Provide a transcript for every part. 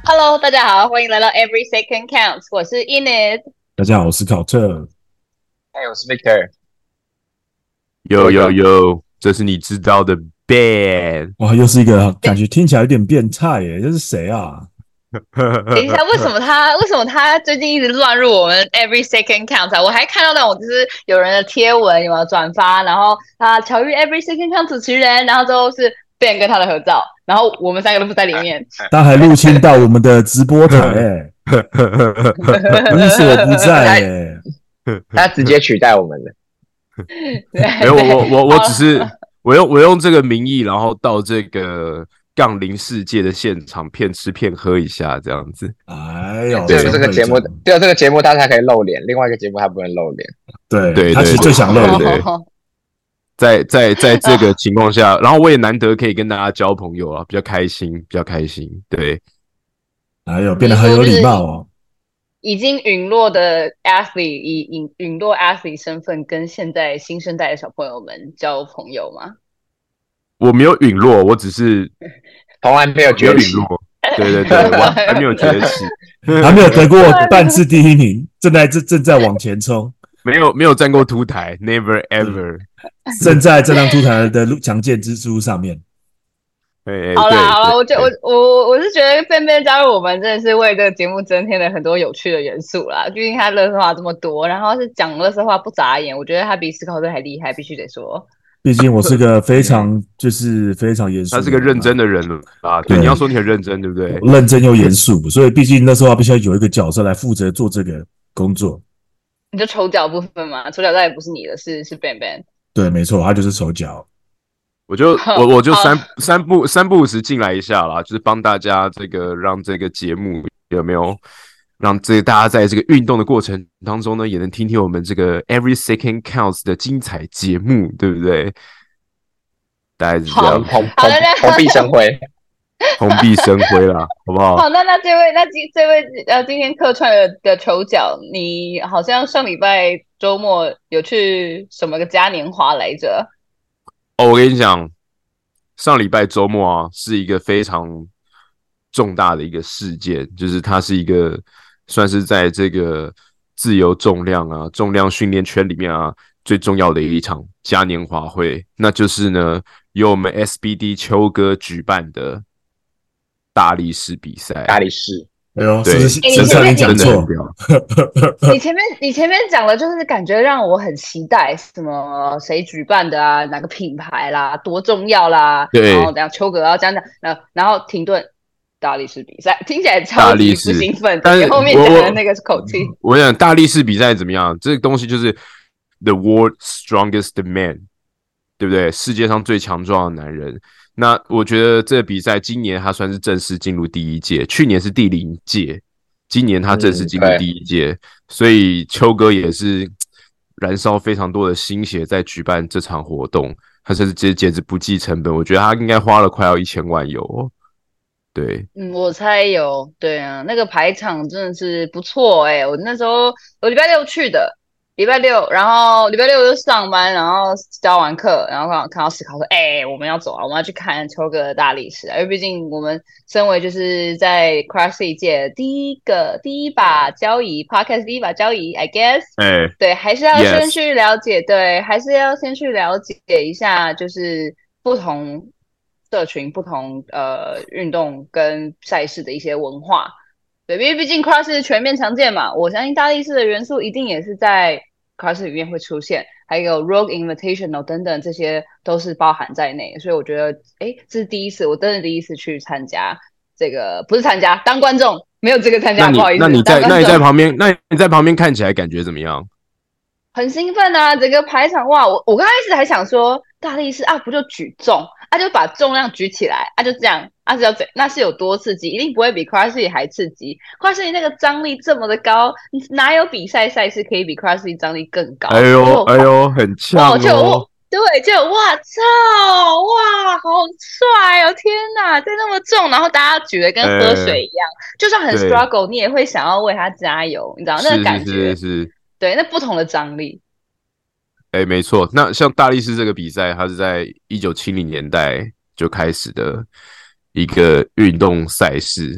Hello，大家好，欢迎来到 Every Second Counts，我是 Enid。 大家好，我是考特。 哎，我是 Victor。 有有有，这是你知道的 Ben。 哇，又是一个感觉听起来有点变态耶，这是谁啊？ 等一下，为什么他最近一直乱入我们 Every Second Counts 啊？我还看到那种就是有人的贴文有没有转发，然后巧遇 Every Second Count 主持人，然后之后是 Ben 跟他的合照，然后我们三个都不在里面。 他还入侵到我们的直播台耶，明明是我不在耶。 他直接取代我们了。 没有，我只是我用这个名义，然后到这个杠铃世界的现场骗吃骗喝一下，这样子。 哎呦， 只有这个节目，只有这个节目他才可以露脸，另外一个节目他不能露脸。 对，他其实最想露脸。 在这个情况下，然后我也难得可以跟大家交朋友啊，比较开心，比较开心。对， 哎呦，变得很有礼貌哦。 已经陨落的 athlete 以陨落 athlete 身份跟现在新生代的小朋友们交朋友吗？ 我没有陨落，我只是从来没有崛起。 对，我还没有崛起， 还没有得过半次第一名，正在往前冲， 没有站过凸台 ，never ever， 正在这张凸台的强健之路上面。 好啦，我是觉得贝贝加入我们真的是为这个节目增添了很多有趣的元素啦。毕竟他垃圾话这么多，然后是讲垃圾话不眨眼，我觉得他比思考队还厉害，必须得说。 毕竟我是个非常严肃， 他是个认真的人啊。对，你要说你很认真，对不对？ 认真又严肃，所以毕竟那时候必须要有一个角色来负责做这个工作。 你就丑角部分嘛，丑角再也不是你的，是 Ben Ben。 对，没错，他就是丑角。 我就三不五时进来一下啦，就是帮大家这个让这个节目有没有让这个大家在这个运动的过程当中呢，也能听听我们这个 Every Second Counts 的精彩节目，对不对？大概是这样， 蓬荜生辉， 蓬荜生辉啦，好不好？ 好，那这位今天客串的丑角，你好像上礼拜周末有去什么个嘉年华来着？ 哦，我跟你讲，上礼拜周末啊，是一个非常重大的一个事件，就是它是一个算是在这个自由重量训练圈里面啊最重要的一场嘉年华会，那就是呢由我们 SBD 秋哥举办的大力士比赛。 大力士， 哎呦， 对， 是不是差点讲错？ 你前面讲的就是感觉让我很期待，什么谁举办的啊，哪个品牌啦，多重要啦， 对， 然后等下秋哥要讲，然后停顿，大力士比赛听起来超级不兴奋， 但是后面讲的那个口气。 我想大力士比赛怎么样？这个东西就是 the world strongest man， 对不对？世界上最强壮的男人。那我觉得这个比赛今年他算是正式进入第一届，去年是第0届，今年他正式进入第一届，所以秋哥也是燃烧非常多的心血在举办这场活动，他甚至简直不计成本，我觉得他应该花了快要1000万有哦。对， 我猜有，对啊，那个排场真的是不错我那时候我礼拜六去的，然后礼拜六就上班，然后教完课，然后看到思考说，我们要走啊，我们要去看秋哥的大力士啊，因为毕竟我们身为就是在 CrossFit 界第一把交椅 Podcast 第一把交椅 I guess， 对，还是要先去了解，对，还是要先去了解一下，就是不同社群、不同运动跟赛事的一些文化。对，因为毕竟 CrossFit 全面常见嘛，我相信大力士的元素一定也是在 CrossFit 里面会出现，还有 Rogue Invitational 等等，这些都是包含在内。所以我觉得，这是第一次，我真的第一次去参加这个，不是参加，当观众，没有这个参加，不好意思。 那你在旁边看起来感觉怎么样？ 很兴奋啊！整个排场哇，我刚开始还想说，大力士不就举重，就把重量举起来，就这样，是要那是有多刺激？一定不会比 CrossFit 还刺激。CrossFit 那个张力这么的高，哪有比赛事可以比 CrossFit 张力更高？ 哎呦，很呛哦！ 对，哇操，哇，好帅哦！天哪，再那么重，然后大家举得跟喝水一样，就算很 struggle，你也会想要为他加油，你知道那个感觉是。 对，那不同的张力。 没错。那像大力士这个比赛，它是在1970年代就开始的一个运动赛事。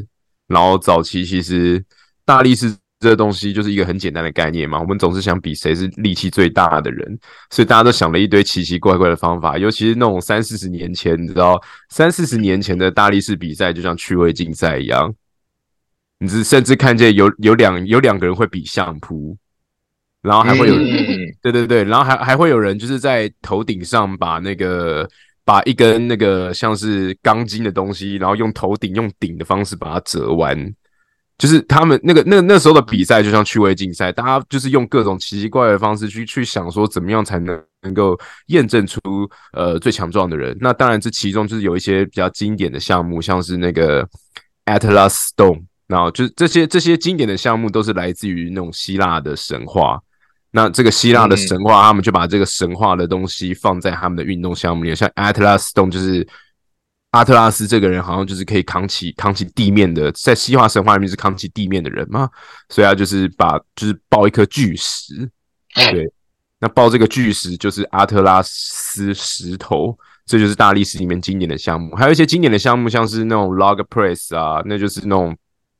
然后早期其实大力士这个东西就是一个很简单的概念嘛，我们总是想比谁是力气最大的人，所以大家都想了一堆奇奇怪怪的方法，尤其是那种30-40年前，你知道，30-40年前的大力士比赛就像趣味竞赛一样，你甚至看见有两个人会比相扑，然后还会有人，对对对，然后还会有人就是在头顶上把一根那个像是钢筋的东西，然后用头顶用顶的方式把它折弯。就是他们那时候的比赛就像趣味竞赛，大家就是用各种奇奇怪怪的方式去想说怎么样才能够验证出最强壮的人。那当然这其中就是有一些比较经典的项目，像是那个 Atlas Stone， 然后就是这些经典的项目都是来自于那种希腊的神话。那这个希腊的神话，他们就把这个神话的东西放在他们的运动项目里，像 Atlas Stone 就是阿特拉斯这个人好像就是可以扛起地面的，在希腊神话里面是扛起地面的人嘛，所以他就是抱一颗巨石，对，那抱这个巨石就是阿特拉斯石头，这就是大力士里面经典的项目。还有一些经典的项目，像是那种 log press 啊，那就是那种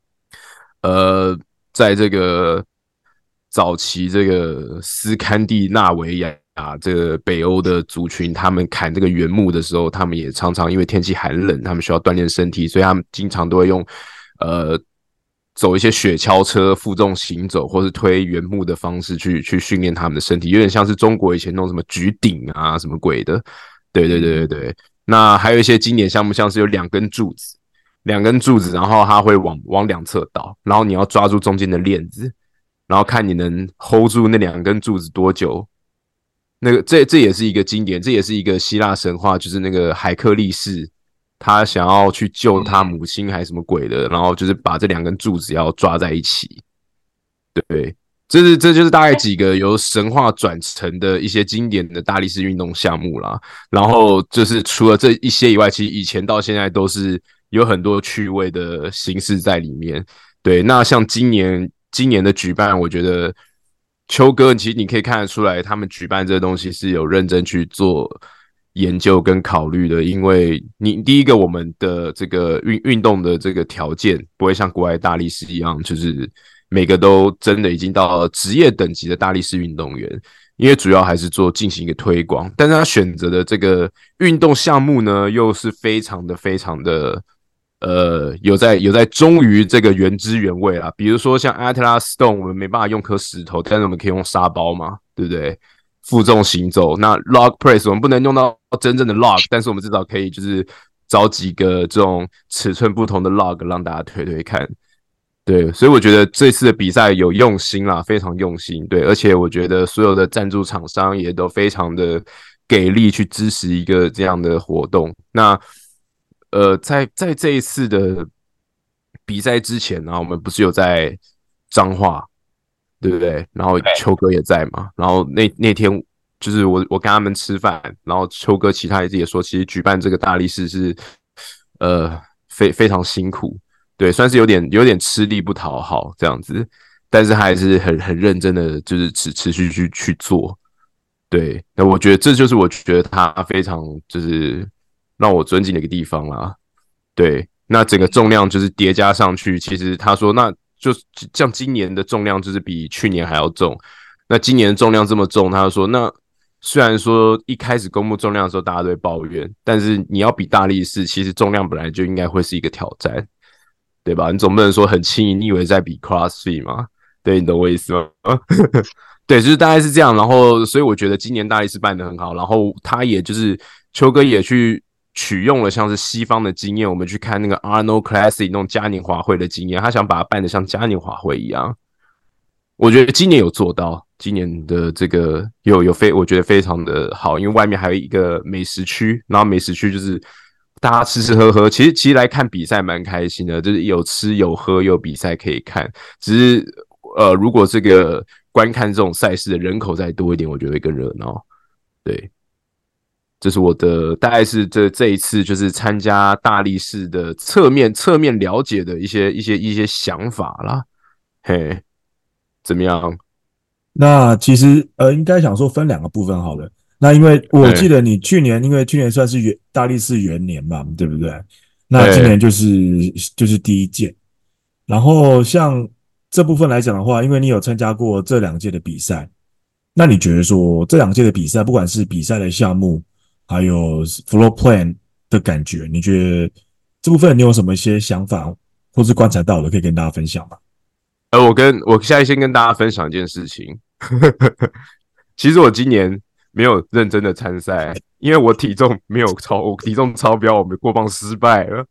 在这个早期这个斯堪的纳维亚这个北欧的族群，他们砍这个原木的时候，他们也常常因为天气寒冷，他们需要锻炼身体，所以他们经常都会用走一些雪橇车负重行走，或是推原木的方式去训练他们的身体，有点像是中国以前那种什么举鼎啊什么鬼的。对对对对对。那还有一些经典项目，像是有两根柱子，然后它会往两侧倒，然后你要抓住中间的链子，然后看你能 hold 住那两根柱子多久。那个这也是一个经典，这也是一个希腊神话，就是那个海克力士，他想要去救他母亲还是什么鬼的，然后就是把这两根柱子要抓在一起。对，这就是大概几个由神话转成的一些经典的大力士运动项目啦。然后就是除了这一些以外，其实以前到现在都是有很多趣味的形式在里面。对，那像今年的举办，我觉得秋哥其实你可以看得出来，他们举办这个东西是有认真去做研究跟考虑的。因为第一个，我们的这个运动的这个条件不会像国外大力士一样，就是每个都真的已经到了职业等级的大力士运动员，因为主要还是进行一个推广。但是他选择的这个运动项目呢，又是非常的有在忠于这个原汁原味啦。比如说像 Atlas Stone， 我们没办法用颗石头，但是我们可以用沙包嘛，对不对？负重行走。那 log press 我们不能用到真正的 log， 但是我们至少可以就是找几个这种尺寸不同的 log 让大家推推看。对，所以我觉得这次的比赛有用心啦，非常用心。对，而且我觉得所有的赞助厂商也都非常的给力去支持一个这样的活动。那在这一次的比赛之前呢，我们不是有在彰化，对不对？然后秋哥也在嘛，然后那天就是我跟他们吃饭，然后秋哥其他也说，其实举办这个大力士是非常辛苦，对，算是有点吃力不讨好这样子，但是还是很认真的，就是持续去做。对，那我觉得这就是我觉得他非常就是让我尊敬的一个地方啦。对，那整个重量就是叠加上去，其实他说那就像今年的重量就是比去年还要重，那今年的重量这么重，他就说那虽然说一开始公布重量的时候大家都会抱怨，但是你要比大力士，其实重量本来就应该会是一个挑战，对吧？你总不能说很轻盈，你以为在比 CrossFit 吗？对，你懂我意思吗？对，就是大概是这样。然后，所以我觉得今年大力士办得很好。然后他也就是秋哥也去取用了像是西方的经验，我们去看那个 Arnold Classic 那种嘉年华会的经验，他想把它办得像嘉年华会一样。我觉得今年有做到，今年的这个我觉得非常的好，因为外面还有一个美食区，然后美食区就是大家吃吃喝喝，其实来看比赛蛮开心的，就是有吃有喝有比赛可以看。只是如果这个观看这种赛事的人口再多一点，我觉得会更热闹。对，这是我的大概是这一次就是参加大力士的侧面了解的一些想法啦。嘿，怎么样？ 那其实应该想说分两个部分好了。那因为我记得你因为去年算是大力士元年嘛，对不对？那今年就是第一届。 然后像这部分来讲的话，因为你有参加过这2届的比赛，那你觉得说这2届的比赛，不管是比赛的项目，还有 floor plan 的感觉，你觉得这部分你有什么一些想法或是观察到的，可以跟大家分享吗？ 我现在先跟大家分享一件事情，其实我今年没有认真的参赛，因为我体重我体重超标，我们过磅失败了。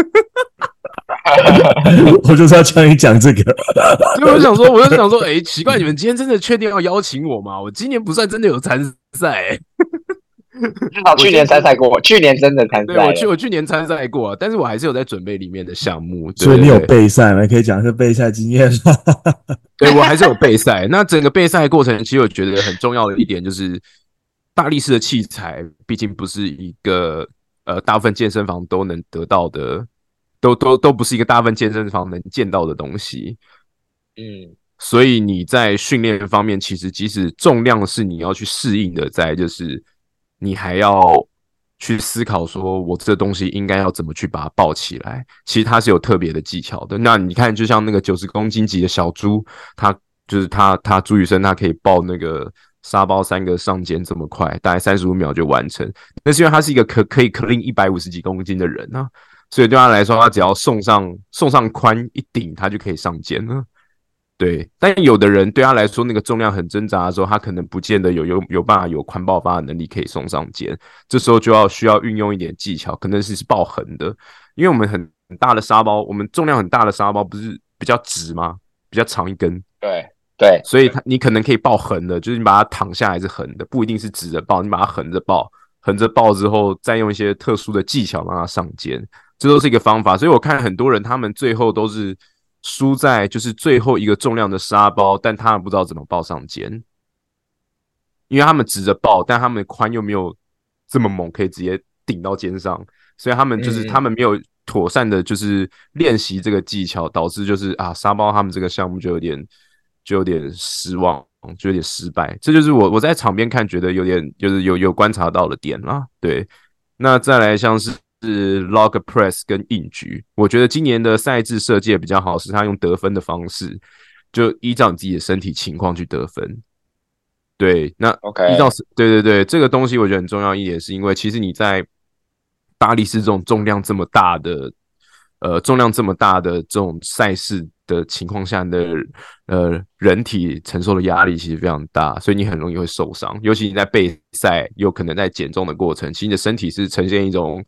我就是要叫你讲这个。 所以我就想说，奇怪，你们今天真的确定要邀请我吗？我今年不算真的有参赛， 至少去年参赛过，去年真的参赛了。 对，我去年参赛过啊，但是我还是有在准备里面的项目。 所以你有备赛吗？可以讲一下备赛经验吗？ 对，我还是有备赛。那整个备赛过程，其实我觉得很重要的一点就是，大力士的器材毕竟不是一个大部分健身房都能得到的，都不是一个大部分健身房能见到的东西。所以你在训练方面，其实即使重量是你要去适应的，再就是你还要去思考说，我这东西应该要怎么去把它抱起来。其实它是有特别的技巧的。那你看，就像那个90公斤级的小猪，他朱宇生，他可以抱那个沙包3个上肩这么快，大概35秒就完成。那是因为他是一个可以 clean 150几公斤的人啊，所以对他来说，他只要送上髋一顶，他就可以上肩了。对，但有的人对他来说，那个重量很挣扎的时候，他可能不见得有办法有髋爆发的能力可以送上肩，这时候就需要运用一点技巧，可能是抱横的，因为我们很大的沙包，我们重量很大的沙包不是比较直吗？比较长一根， 对， 所以你可能可以抱横的，就是你把它躺下来是横的，不一定是直着抱，你把它横着抱，横着抱之后，再用一些特殊的技巧让它上肩，这都是一个方法。所以我看很多人他们最后都是输在就是最后一个重量的沙包，但他们不知道怎么抱上肩，因为他们直着抱，但他们髋又没有这么猛，可以直接顶到肩上，所以他们没有妥善的，就是练习这个技巧，导致就是沙包他们这个项目就有点失望，就有点失败。这就是我在场边看觉得有点就是有观察到的点啦。对，那再来像是log press 跟硬举，我觉得今年的赛制设计也比较好，是他用得分的方式，就依照你自己的身体情况去得分。对，那依照对，这个东西我觉得很重要一点，是因为其实你在大力士这种重量这么大的这种赛事的情况下的人体承受的压力其实非常大，所以你很容易会受伤，尤其你在备赛有可能在减重的过程，其实你的身体是呈现一种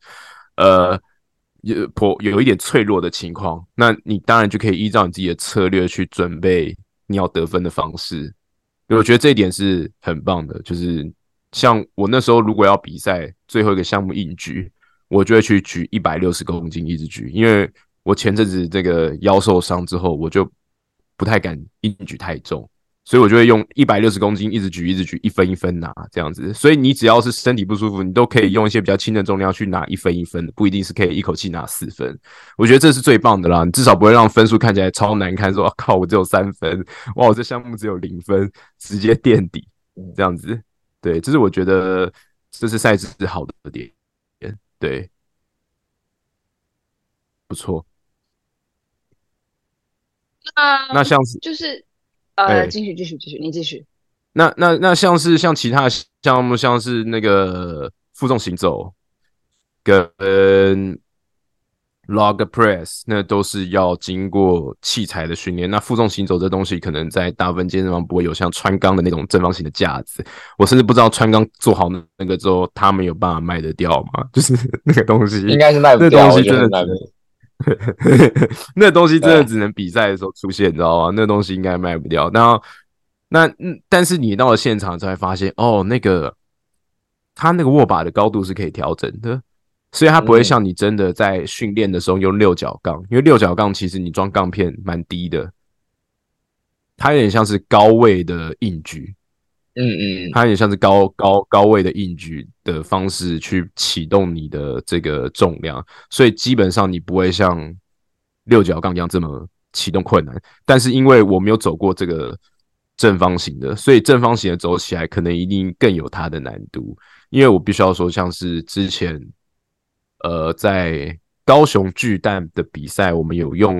有一点脆弱的情况，那你当然就可以依照你自己的策略去准备你要得分的方式。我觉得这一点是很棒的，就是像我那时候如果要比赛最后一个项目硬举，我就会去举160公斤一直举，因为我前阵子这个腰受伤之后，我就不太敢硬举太重，所以我就会用160公斤一直举，一分一分拿这样子。所以你只要是身体不舒服，你都可以用一些比较轻的重量去拿一分一分的，不一定是可以一口气拿4分。我觉得这是最棒的啦，你至少不会让分数看起来超难看，说靠我只有3分，哇我这项目只有0分，直接垫底这样子。对，这是我觉得这是赛制好的点，对，不错。那像是就是继续，你继续。 那像其他的项目，像是那个负重行走跟 log press， 那都是要经过器材的训练。那负重行走这东西，可能在大部分健身房不会有像穿钢的那种正方形的架子。我甚至不知道穿钢做好那个之后，他们有办法卖得掉吗？就是那个东西， 应该是卖不掉， 那东西真的那东西真的只能比赛的时候出现，你知道吗？那东西应该卖不掉。但是你到了现场才会发现，它那个握把的高度是可以调整的，所以它不会像你真的在训练的时候用6角杠，因为6角杠其实你装杠片蛮低的，它有点像是高位的硬举。它有点像是高位的硬举的方式去启动你的这个重量，所以基本上你不会像6角杠一样这么启动困难。但是因为我没有走过这个正方形的，所以正方形的走起来可能一定更有它的难度。因为我必须要说，像是之前在高雄巨蛋的比赛，我们有用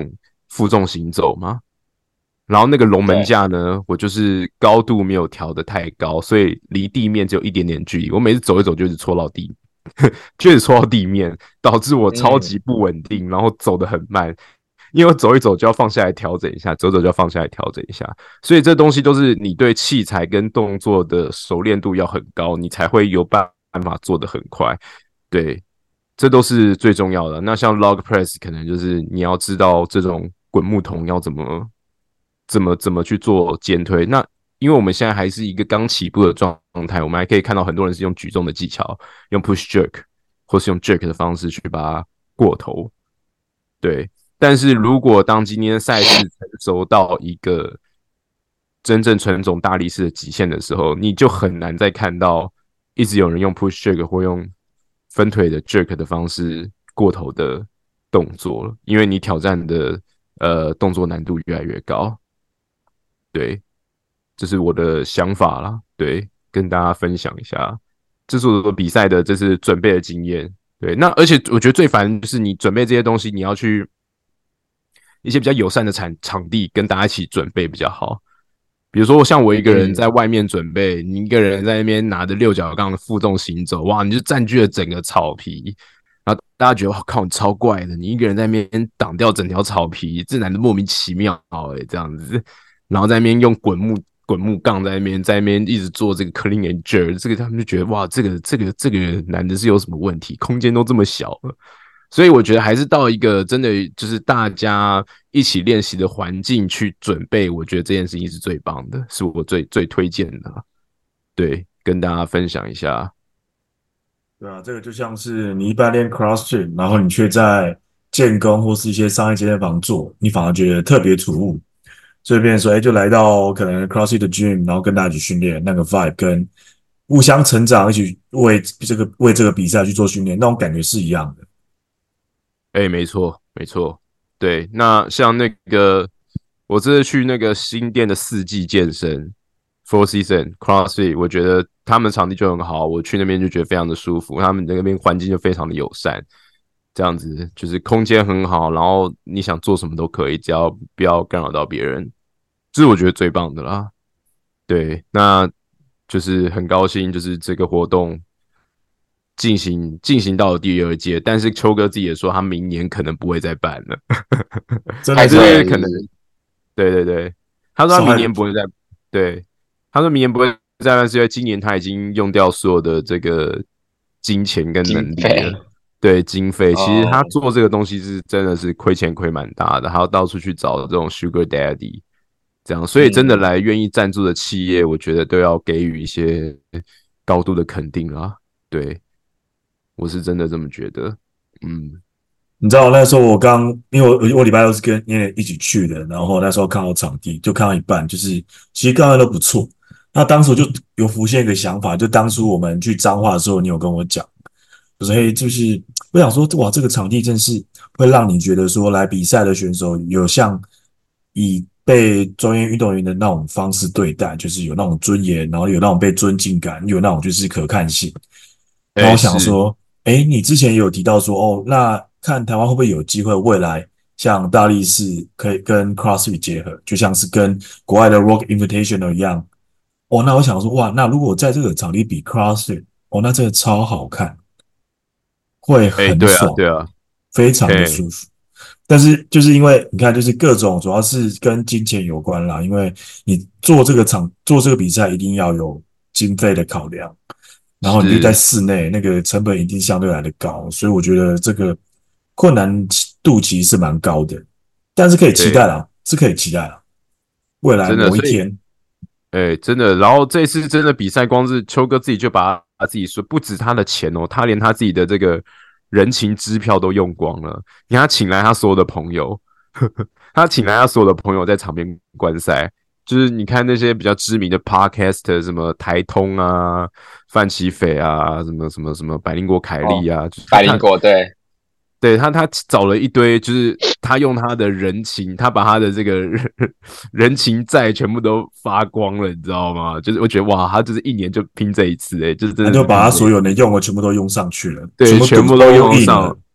负重行走嘛。然后那个龙门架呢，我就是高度没有调得太高，所以离地面只有一点点距离。我每次走一走就是戳到地，就是戳到地面，导致我超级不稳定，然后走得很慢。因为我走一走就要放下来调整一下，走走就要放下来调整一下。所以这东西都是你对器材跟动作的熟练度要很高，你才会有办法做得很快。对，这都是最重要的。那像 log press 可能就是你要知道这种滚木桶要怎么去做肩推。那因为我们现在还是一个刚起步的状态，我们还可以看到很多人是用举重的技巧，用 push jerk 或是用 jerk 的方式去把它过头。对，但是如果当今天赛事成熟到一个真正纯种大力士的极限的时候，你就很难再看到一直有人用 push jerk 或用分腿的 jerk 的方式过头的动作了，因为你挑战的动作难度越来越高。对，这是我的想法啦。对，跟大家分享一下，这是我比赛的这是准备的经验。对，那而且我觉得最烦就是你准备这些东西，你要去一些比较友善的场地跟大家一起准备比较好。比如说像我一个人在外面准备，你一个人在那边拿着六角杠的负重行走，哇，你就占据了整个草皮，然后大家觉得哇靠，你超怪的，你一个人在那边挡掉整条草皮，这男的莫名其妙这样子，然后在那边用滚木杠在那边一直做这个 clean and jerk， 这个他们就觉得哇，这个男的是有什么问题？空间都这么小了。所以我觉得还是到一个真的就是大家一起练习的环境去准备，我觉得这件事情是最棒的，是我最推荐的。对，跟大家分享一下。 对啊，这个就像是你一般练 CrossFit，然后你却在健工或是一些商业健身房做，你反而觉得特别突兀。所以变成说，就来到可能 CrossFit 的 gym， 然后跟大家一起训练，那个 vibe 跟互相成长，一起为这个比赛去做训练，那种感觉是一样的。 没错，对。那像那个，我这次去那个新店的四季健身 Four Season CrossFit， 我觉得他们场地就很好，我去那边就觉得非常的舒服，他们那边环境就非常的友善，这样子就是空间很好，然后你想做什么都可以，只要不要干扰到别人，这是我觉得最棒的啦。对，那就是很高兴，就是这个活动进行到了第二届，但是秋哥自己也说他明年可能不会再办了， 真的是可能对，他说他明年不会再对，他说明年不会再办，是因为今年他已经用掉所有的这个金钱跟能力了，对经费，其实他做这个东西是真的是亏钱亏蛮大的，还要到处去找这种 Sugar Daddy。这样，所以真的来愿意赞助的企业，我觉得都要给予一些高度的肯定啦。对，我是真的这么觉得。 你知道那时候因为我礼拜六是跟你一起去的，然后那时候看到场地就看到一半，就是其实刚刚都不错。那当时就有浮现一个想法，就当初我们去彰化的时候，你有跟我讲，就是就是我想说，哇，这个场地真是会让你觉得说来比赛的选手有像以被专业运动员的那种方式对待，就是有那种尊严，然后有那种被尊敬感，有那种就是可看性。然后我想说，你之前也有提到说，那看台湾会不会有机会未来像大力士可以跟 CrossFit 结合，就像是跟国外的 Rock Invitational 一样。那我想说，哇，那如果在这个场地比 CrossFit，那这个超好看，会很爽， 对啊， 非常的舒服。但是就是因为你看，就是各种主要是跟金钱有关啦，因为你做这个比赛一定要有经费的考量，然后你就在室内，那个成本一定相对来的高，所以我觉得这个困难度其实是蛮高的，但是可以期待啦，是可以期待啦，未来某一天。 真的，然后这次真的比赛，光是秋哥自己就把他自己说，不止他的钱他连他自己的这个人情支票都用光了。你看他请来他所有的朋友，他请来他所有的朋友在场边观赛，就是你看那些比较知名的 podcast， 什么台通啊、范奇斐啊、什么百灵果凯利啊，就是百灵果对他找了一堆，就是他用他的人情，他把他的这个人情债全部都发光了，你知道吗？就是我觉得哇，他就是一年就拼这一次，就是真的， 他就把他所有能用的全部都用上去了， 对，全部都用上。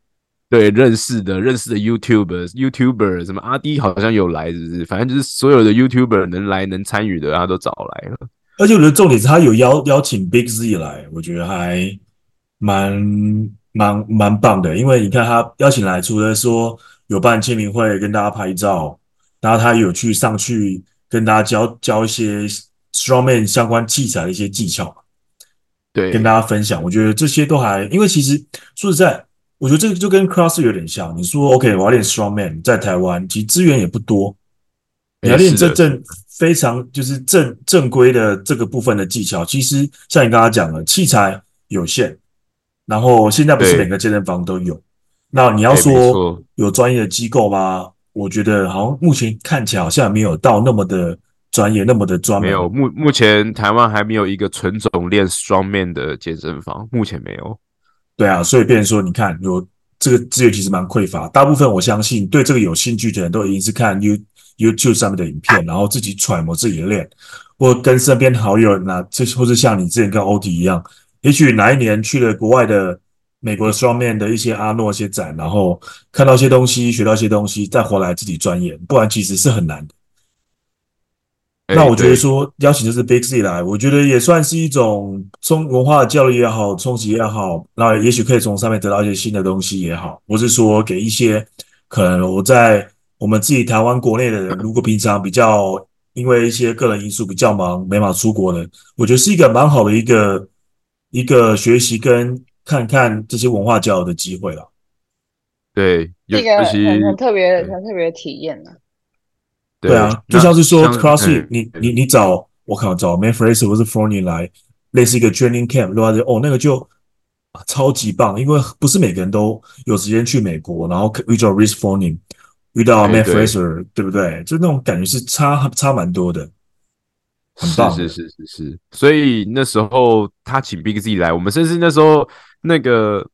对认识的 YouTuber 什么阿弟好像有来，是不是？反正就是所有的 YouTuber 能来能参与的，他都找来了。 而且我觉得重点是他有邀请 Big Z 来，我觉得还蛮蛮棒的，因为你看他邀请来，除了说有办签名会跟大家拍照，然后他有上去跟大家教一些 Strongman 相关器材的一些技巧，跟大对， 家分享。我觉得这些都还，因为其实说实在，我觉得这个就跟 CrossFit 有点像。你说 OK，我要练 Strongman，在台湾其实资源也不多，你要练是的，是真正非常就是正规的这个部分的技巧，其实像你刚刚讲的，器材有限，然后现在不是每对， 个健身房都有。那你要没说错。 有专业的机构吗？我觉得好像目前看起来好像没有到那么的专业，那么的专门。 没有，目前台湾还没有一个纯种练 strongman 的健身房，目前没有。 对啊，所以变成说，你看有这个资源其实蛮匮乏，大部分我相信对这个有兴趣的人都已经是看 YouTube 上面的影片，然后自己揣摩自己的练，或跟身边好友或是像你之前跟欧迪一样，也许哪一年去了国外的美国的 Strongman 的一些阿诺一些展，然后看到一些东西，学到一些东西，再回来自己钻研，不然其实是很难的。那我觉得对， 说邀请这支 Big Z 来，我觉得也算是一种从文化的教育也好，冲击也好，那也许可以从上面得到一些新的东西也好，或是说给一些可能我们自己台湾国内的人，如果平常比较因为一些个人因素比较忙，没法出国的，我觉得是一个蛮好的一个学习跟看看这些文化交流的机会了。 对，尤是一个很尤其特别对很特别的体验呢。 对， 对啊，就那像是说像 CrossFit，你找我靠找 Man Fraser 或是 f o r n i 来，类似一个 training camp，对吧？哦，那个就超级棒，因为不是每个人都有时间去美国，然后遇到 Rich f o r n i 遇到 Man 对， Fraser，对不对？就那种感觉是差蛮多的，很棒的。 是，所以那时候他请 Big Z 来，我们甚至那时候那个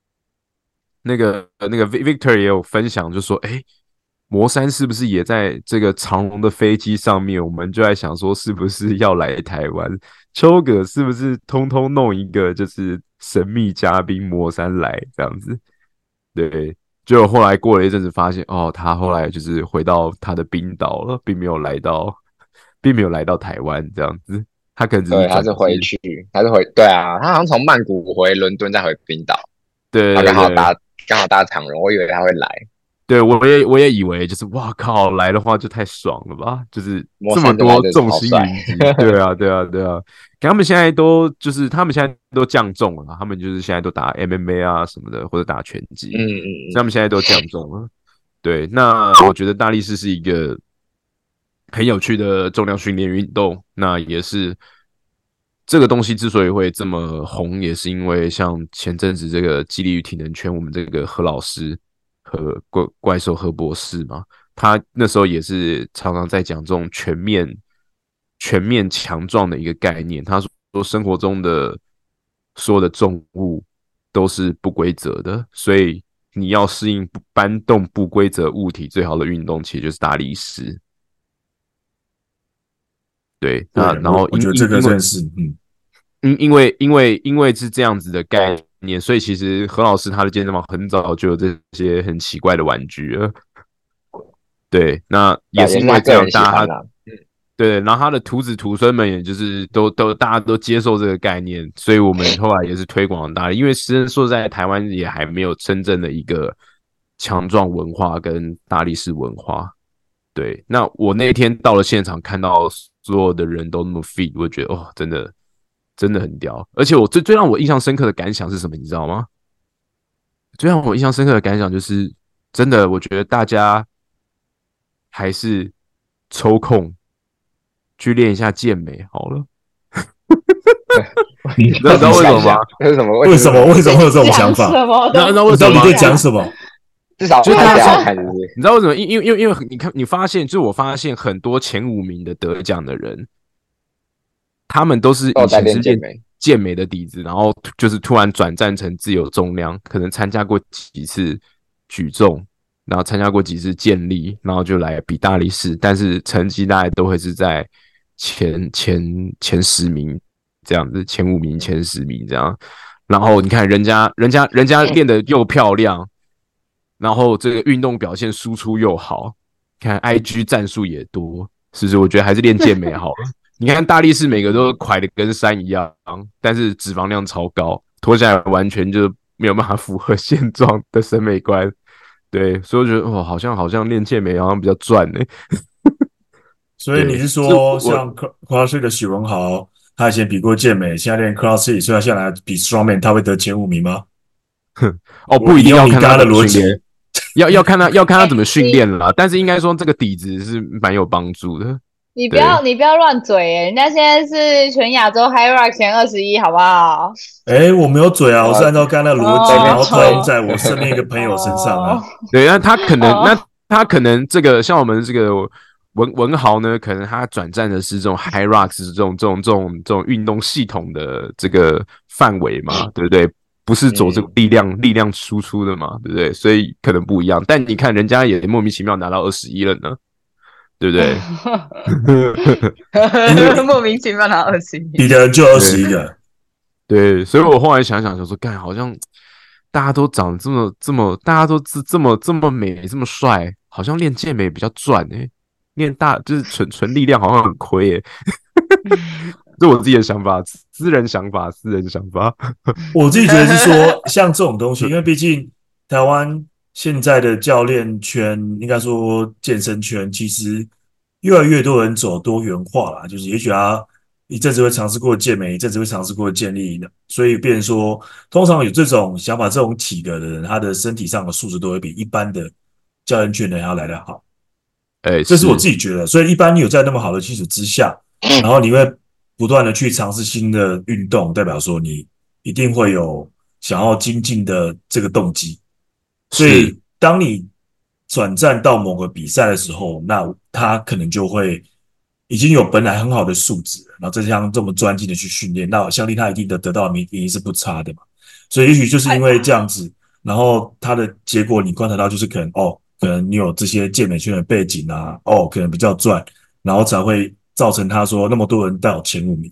那个 Victor 也有分享，就说，哎，魔山是不是也在这个长龙的飞机上面？我们就在想说，是不是要来台湾？秋哥是不是通通弄一个就是神秘嘉宾魔山来这样子？对，就后来过了一阵子，发现哦，他后来就是回到他的冰岛了，并没有来到台湾这样子。他可能只是对，他是回转机。 去，对啊，他好像从曼谷回伦敦，再回冰岛，他对对对， 刚好搭长荣，我以为他会来， 对，我也以为就是哇靠，来的话就太爽了吧，就是魔这么山真来真的多众超帅， 星云集，对啊对啊对啊，他们现在都就是他们现在都降重了，他们就是现在都打 MMA 啊什么的，或者打拳击，所以他们现在都降重了。对，那我觉得大力士是一个很有趣的重量训练运动，那也是这个东西之所以会这么红，也是因为像前阵子这个激励与体能圈，我们这个何老师和怪兽何博士嘛，他那时候也是常常在讲这种全面强壮的一个概念。他说生活中的所有的重物都是不规则的，所以你要适应搬动不规则物体，最好的运动其实就是大力士。对，那对， 然后我觉得这个真的是， 因为是这样子的概念，所以其实何老师他的健身房很早就有这些很奇怪的玩具了。对，那也对，也是是因为这样， 他个人喜欢啦， 对，然后他的徒子徒孙们也就是都大家都接受这个概念，所以我们后来也是推广大力，因为其实说在台湾也还没有真正的一个强壮文化跟大力士文化。对，那我那天到了现场，看到所有的人都那么 fit，我觉得哦，真的很屌。而且我最让我印象深刻的感想是什么，你知道吗？最让我印象深刻的感想就是，真的，我觉得大家还是抽空去练一下健美好了。你知道为什么吗？ 这是什么？ 为什么会有这种想法？ 什么你知道你为什么吗？ 到底在讲什么？ 至少就是他说， 拍起来好看，是不是？ 你知道为什么？因为你看，你发现，就是我发现很多前5名的得奖的人，他们都是以前是练健美的底子，然后就是突然转战成自由重量，可能参加过几次举重，然后参加过几次健力，然后就来比大力士，但是成绩大概都会是在前10名这样子，前5名、前10名这样。然后你看人家练得又漂亮， 然后这个运动表现输出又好，看 IG 战术也多，是不是？我觉得还是练健美好了。你看大力士每个都快的跟山一样，但是脂肪量超高，脱下来完全就没有办法符合现状的审美观。对，所以我觉得好像练健美好像比较赚呢。 所以你是说，像 CrossFit 的许文豪，他以前比过健美，现在练 CrossFit，所以他现在来比 Strongman，他会得前5名吗？ 哦，不一定要看他的逻辑， 要看他怎么训练啦。但是应该说这个底子是蛮有帮助的。 你不要乱嘴人家现在是全亚洲 High Rock 前21，好不好？ 我没有嘴啊，我是按照刚才的逻辑，然后套用在我身边一个朋友身上啊。 对，那他可能这个像我们这个文豪呢，可能他转战的是这种 High Rocks 这种运动系统的这个范围嘛，对不对？不是走这个力量输出的嘛，对不对？所以可能不一样。但你看人家也莫名其妙拿到21了呢。对不对？ 莫名其妙拿21， 比的人就21个。 对，所以我后来想想就说，干，好像大家都长这么，大家都这么美，这么帅，好像练健美比较赚练就是纯力量好像很亏这我自己的想法，私人想法。 我自己觉得是说，像这种东西，因为毕竟台湾现在的教练圈，应该说健身圈，其实越来越多人走多元化啦，就是也许他一阵子会尝试过健美，一阵子会尝试过健力的，所以变成说，通常有这种想法、这种体格的人，他的身体上的素质都会比一般的教练圈的人要来得好。这是我自己觉得，所以一般你有在那么好的基础之下，然后你会不断的去尝试新的运动，代表说你一定会有想要精进的这个动机。所以当你转战到某个比赛的时候，那他可能就会已经有本来很好的素质，然后再加上这么专精的去训练，那我相信他一定得到的名一定是不差的嘛。所以也许就是因为这样子，然后他的结果你观察到就是可能你有这些健美圈的背景啊，可能比较赚，然后才会造成他说那么多人带有前5名。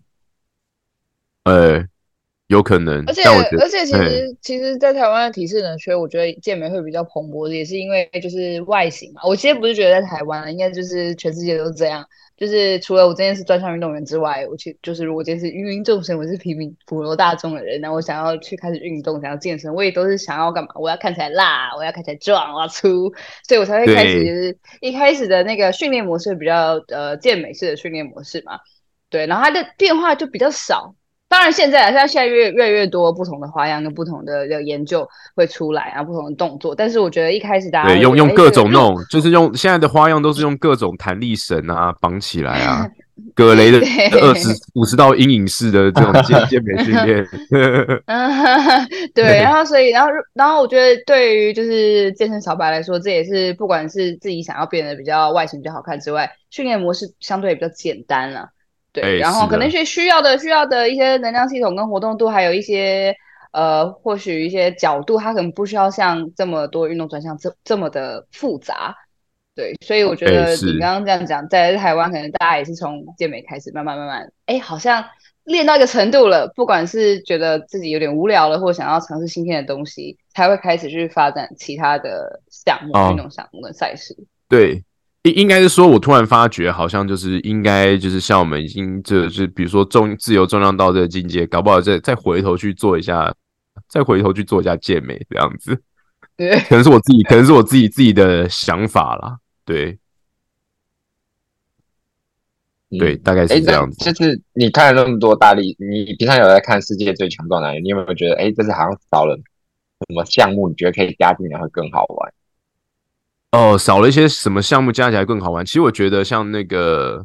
有可能， 而且其实，在台湾的体适能缺，我觉得健美会比较蓬勃的，也是因为就是外形嘛。我其实不是觉得在台湾，应该就是全世界都是这样。就是除了我今天是专项运动员之外，就是如果今天是芸芸众生，我是平民普罗大众的人，那我想要去开始运动，想要健身，我也都是想要干嘛？我要看起来辣，我要看起来壮，我要粗，所以我才会开始就是一开始的那个训练模式比较健美式的训练模式嘛。对，然后它的变化就比较少。当然现在越来越多不同的花样跟不同的研究会出来啊，不同的动作。但是我觉得一开始大家用各种那种，就是用现在的花样都是用各种弹力绳啊绑起来啊，葛雷的50道阴影式的这种健美训练。 对，然后我觉得对于就是健身小白来说，这也是不管是自己想要变得比较外形比较好看之外，训练模式相对比较简单了。对，然后可能需要的一些能量系统跟活动度，还有一些或许一些角度，它可能不需要像这么多运动专项这么的复杂。对，所以我觉得你刚刚这样讲，在台湾可能大家也是从健美开始，慢慢，好像练到一个程度了，不管是觉得自己有点无聊了，或想要尝试新鲜的东西，才会开始去发展其他的项目、运动项目跟赛事。 对。应该是说，我突然发觉，好像就是应该就是像我们已经就是比如说自由重量到这个境界，搞不好再回头去做一下，健美这样子。 对， 可能是我自己的想法啦。对，对，大概是这样子。 就是你看了那么多大力，你平常有在看世界最强壮男人，你有没有觉得，这次好像少了什么项目，你觉得可以加进来会更好玩？ 少了一些什么项目加起来更好玩？其实我觉得像那个，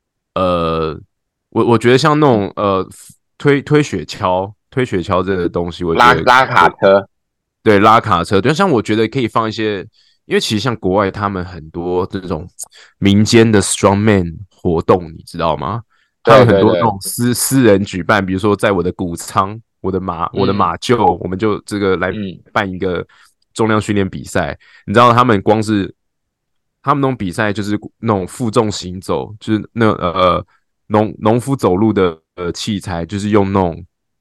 我觉得像那种推雪橇这个东西，我觉得拉卡车， 对，拉卡车，对，像我觉得可以放一些，因为其实像国外他们很多这种民间的 strongman 活动，你知道吗？他们很多那种私人举办，比如说在我的谷仓，我的马厩，我们就这个来办一个重量训练比赛。你知道他们光是他们那种比赛就是那种负重行走，就是那农夫走路的器材，就是用那种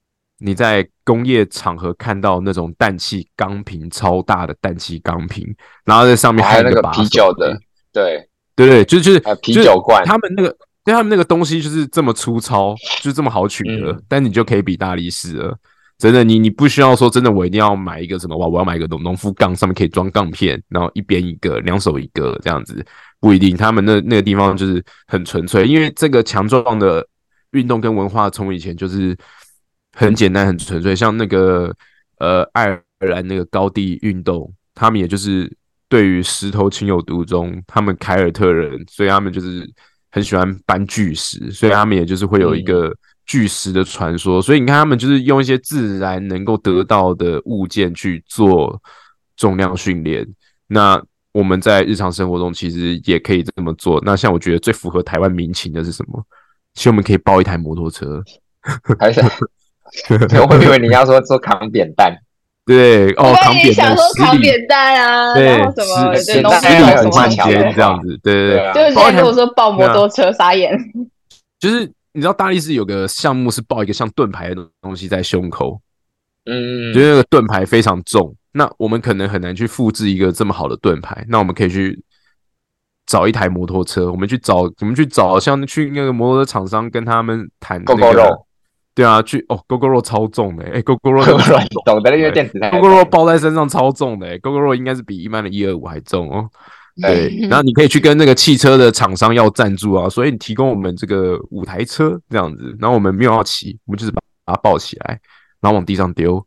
你在工业场合看到那种氮气钢瓶，超大的氮气钢瓶，然后在上面还有那个还有一把手啤酒的，对对，就是啤酒罐， 他们那个东西就是这么粗糙，就是这么好取得，但你就可以比大力士了。真的，你不需要说真的，我一定要买一个什么哇，我要买一个农夫杠，上面可以装杠片，然后一边一个，两手一个这样子，不一定。他们那个地方就是很纯粹，因为这个强壮的运动跟文化从以前就是很简单、很纯粹。像那个爱尔兰那个高地运动，他们也就是对于石头情有独钟，他们凯尔特人，所以他们就是很喜欢搬巨石，所以他们也就是会有一个巨石的传说，所以你看他们就是用一些自然能够得到的物件去做重量训练。那我们在日常生活中其实也可以这么做。那像我觉得最符合台湾民情的是什么？其实我们可以包一台摩托车， 还是我以为你要说做扛扁担， 对哦，扛扁担， 想说扛扁担啊， 对， 然后什么 10 农夫还有什么技巧的这样子，对对啊就是现在跟我说抱摩托车，傻眼。 就是你知道大力士有个项目是抱一个像盾牌的东西在胸口，就是那个盾牌非常重，那我们可能很难去复制一个这么好的盾牌，那我们可以去找一台摩托车，我们去找像去那个摩托车厂商跟他们谈那个肉， 对啊，GoGo 肉超重的，GoGo 肉懂的，因为电池太 GoGo 肉抱在身上超重的，GoGo 肉应该是比一般的125还重哦。对，然后你可以去跟那个汽车的厂商要赞助啊，所以你提供我们这个5台车这样子，然后我们没有要骑，我们就是把它抱起来，然后往地上丢。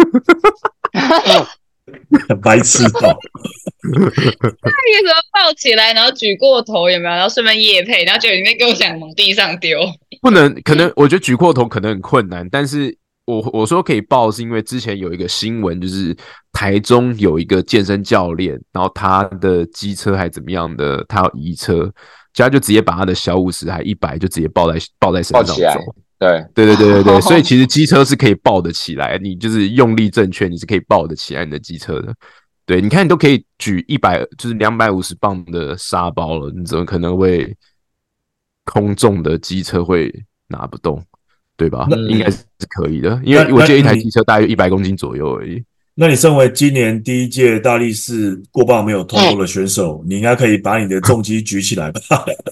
白痴哦！ 那个什么抱起来，然后举过头有没有？然后顺便业配，然后就里面跟我讲往地上丢。 不能，可能我觉得举过头可能很困难，但是我说可以报，是因为之前有一个新闻，就是台中有一个健身教练，然后他的机车还怎么样的，他要移车，他就直接把他的小50还100就直接抱在身上走。对，所以其实机车是可以抱得起来，你就是用力正确，你是可以抱得起来你的机车的。对，你看你都可以举100，就是250磅的沙包了，你怎么可能会空重的机车会拿不动？对吧？应该是可以的，因为我记得一台机车大约100公斤左右而已。 那你身为今年第一届大力士过磅没有通过的选手，你应该可以把你的重机举起来吧？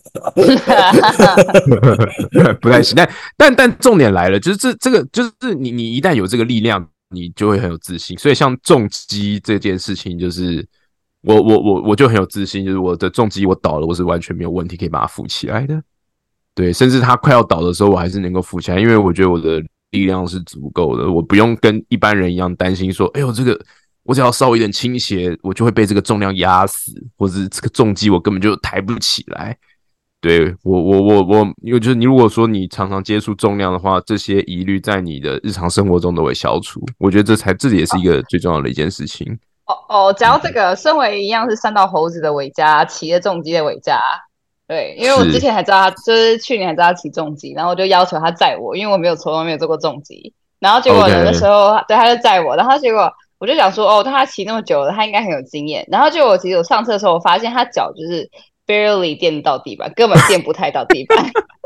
不太行，但重点来了，就是这个就是你一旦有这个力量，你就会很有自信。所以像重机这件事情，就是我就很有自信，就是我的重机我倒了，我是完全没有问题可以把它扶起来的。对，甚至它快要倒的时候，我还是能够扶起来，因为我觉得我的力量是足够的，我不用跟一般人一样担心说，哎呦，这个我只要稍微一点倾斜，我就会被这个重量压死，或者这个重机我根本就抬不起来。对，因为就是你如果说你常常接触重量的话，这些疑虑在你的日常生活中都会消除。我觉得这也是一个最重要的一件事情。 只要这个身为一样是3道猴子的伟嘉，骑着重机的伟嘉。对，因为我之前还知道他，就是去年还知道他骑重机，然后我就要求他载我，因为我从来没有坐过重机。然后结果呢，那时候对他就载我，然后结果我就想说，他骑那么久了，他应该很有经验。然后结果其实我上车的时候，我发现他脚就是 barely 垫到地板，根本垫不太到地板。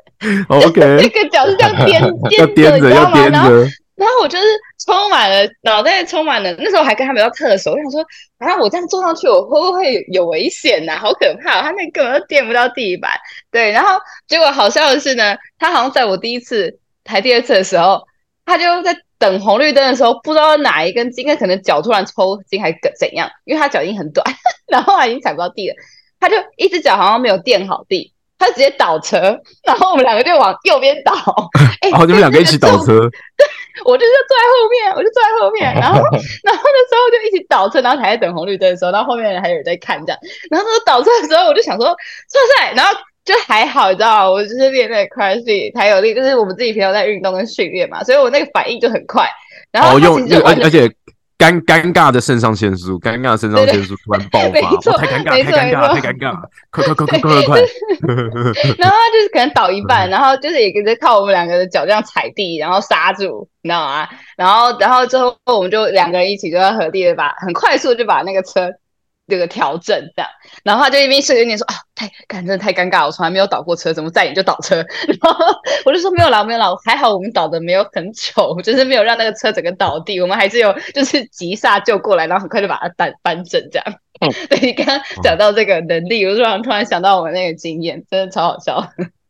OK， 这个脚是这样颠着，你知道吗？然后我就是脑袋充满了，那时候还跟他比较特熟，我想说，我这样坐上去，我会不会有危险啊？好可怕！他那根本就垫不到地板。对，然后结果好笑的是呢，他好像在我第2次的时候，他就在等红绿灯的时候，不知道哪一根筋，可能脚突然抽筋还怎样，因为他脚已经很短，然后他已经踩不到地了，他就一只脚好像没有垫好地。他直接倒车，然后我们2个就往右边倒。 你们2个一起倒车？ 对，我就是坐在后面，然后那时候就一起倒车，然后还在等红绿灯的时候，然后后面还有人在看这样。然后倒车的时候，我就想说，哇塞，然后就还好，你知道吗？我就是练那个 CrossFit 还有力，就是我们自己平常在运动跟训练嘛，所以我那个反应就很快。然后而且尴尬的肾上腺素突然爆发，太尴尬，快！ 然后他就是可能倒一半，然后就是也是靠我们2个的脚这样踩地，然后刹住，你知道吗？然后之后我们就2个人一起就要合力的很快速就把那个车这个调整这样，然后他就一边睡一边说啊，真的太尴尬了，我从来没有倒过车，怎么再也就倒车？然后我就说没有啦，还好我们倒的没有很久，就是没有让那个车整个倒地，我们还是有就是急刹救过来，然后很快就把它搬正这样。对，你刚刚讲到这个能力，我突然想到我们那个经验，真的超好笑。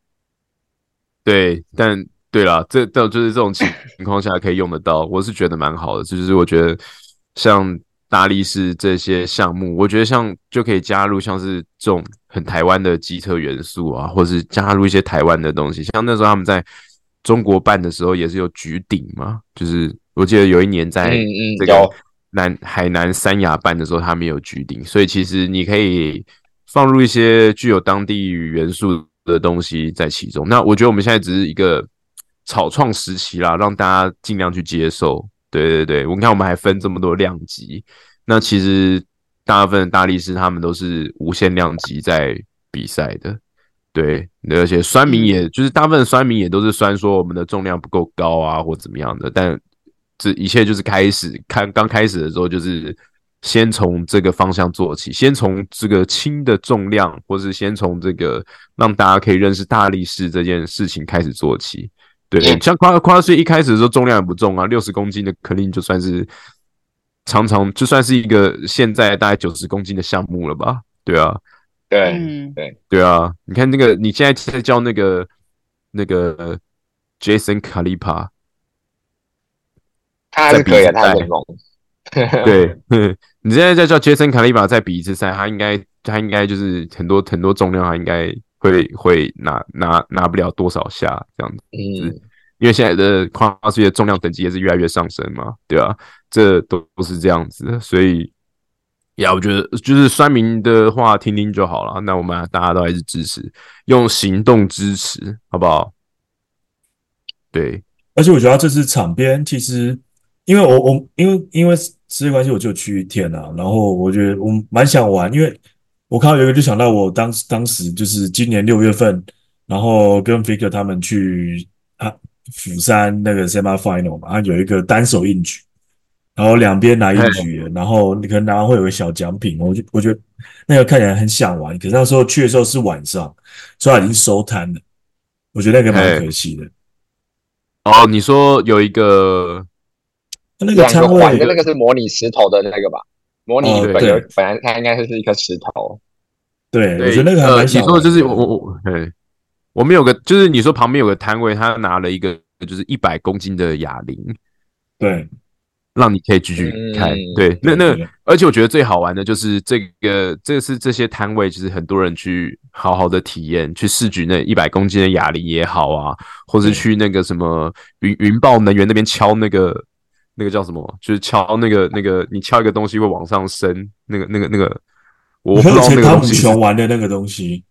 对，但对啦，就是这种情况下可以用得到，我是觉得蛮好的。就是我觉得像大力士这些项目，我觉得像就可以加入像是这种很台湾的机车元素啊，或是加入一些台湾的东西。像那时候他们在中国办的时候也是有举鼎嘛，就是我记得有一年在这个海南三亚办的时候，他们有举鼎，所以其实你可以放入一些具有当地元素的东西在其中。那我觉得我们现在只是一个草创时期啦，让大家尽量去接受。对对对，我看我们还分这么多量级，那其实大部分的大力士他们都是无限量级在比赛的。对，而且酸民也就是大部分的酸民也都是酸说我们的重量不够高啊，或怎么样的。但这一切就是刚开始的时候，就是先从这个方向做起，先从这个轻的重量，或是先从这个让大家可以认识大力士这件事情开始做起。对，像CrossFit一开始的时候重量也不重啊，60公斤的 clean 就算是就算是一个现在大概90公斤的项目了吧？对啊。对啊，你看你现在在教那个Jason Khalipa， 他还是可以的，他很猛。 对，你现在在叫 Jason Khalipa 再比一次赛，他应该就是很多重量，他应该会拿不了多少下这样子。因为现在的CrossFit的重量等级也是越来越上升嘛，对啊，这都是这样子的，所以。我觉得就是酸民的话听听就好了。那我们大家都还是支持，用行动支持，好不好？对， 而且我觉得这次场边其实，因为因为时间关系，我就去一天啊。然后我觉得我蛮想玩，因为我看到有一个就想到我当时就是今年6月份，然后跟 Faker 他们去釜山那个 semi final 嘛，有一个单手硬举。然后两边拿硬举，然后你可能拿完会有个小奖品，我觉得那个看起来很想玩，可是那时候去的时候是晚上，所以它已经收摊了，我觉得那个蛮可惜的。 哦，你说有一个那个摊位， 那个是模拟石头的那个吧？模拟本来它应该是一颗石头。 对，我觉得那个还蛮想玩的。 你说的就是我们有个，就是你说旁边有个摊位，他拿了一个就是100公斤的哑铃， 对。 让你可以继续看，对，而且我觉得最好玩的就是这些摊位，就是很多人去好好的体验，去试举那100公斤的哑铃也好啊，或是去那个什么云豹能源那边敲那个叫什么，就是敲那个你敲一个东西会往上升，那个，我不知道那个东西。 汤姆熊玩的那个东西。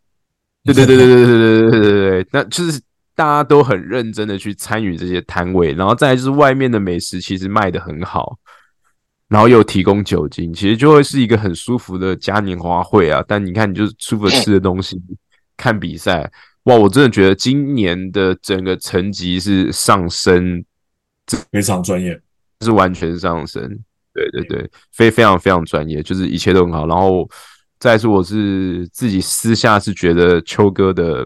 对，那就是。大家都很认真的去参与这些摊位，然后再来就是外面的美食其实卖得很好，然后又提供酒精，其实就会是一个很舒服的嘉年华会啊。但你看，你就是舒服的吃的东西，看比赛，哇！我真的觉得今年的整个层级是上升， 非常专业， 是完全上升。对，非常非常专业，就是一切都很好。然后再来是我是自己私下是觉得秋哥的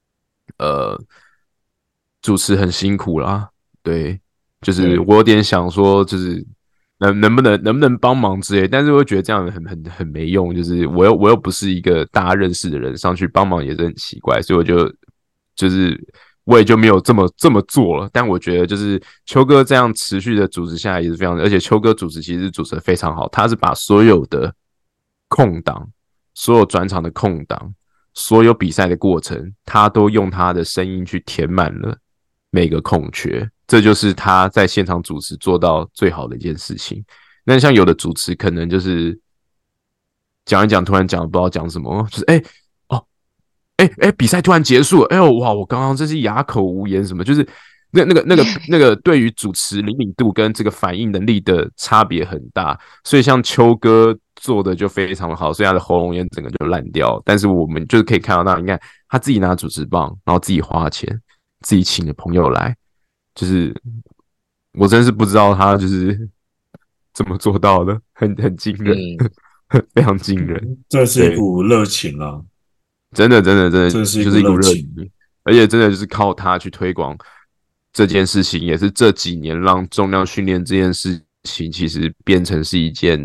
主持很辛苦啦，对，就是我有点想说，就是能不能帮忙之类，但是我觉得这样很没用，就是我又不是一个大家认识的人，上去帮忙也是很奇怪，所以就是我也就没有这么做了。但我觉得就是秋哥这样持续的主持下来也是非常，而且秋哥主持其实主持的非常好，他是把所有的空档，所有转场的空档，所有比赛的过程，他都用他的声音去填满了每个空缺，这就是他在现场主持做到最好的一件事情。那像有的主持可能就是讲一讲，突然讲不知道讲什么，就是比赛突然结束了，哇，我刚刚真是哑口无言，什么就是那个对于主持灵敏度跟这个反应能力的差别很大，所以像秋哥做的就非常好，所以他的喉咙炎整个就烂掉。但是我们就是可以看到，你看他自己拿主持棒，然后自己花钱。自己请的朋友来，就是我真是不知道他就是怎么做到的，很惊人。 非常惊人。 这是一股热情啊， 真的这是一股就是一股热情。 热情，而且真的就是靠他去推广这件事情，也是这几年让重量训练这件事情其实变成是一件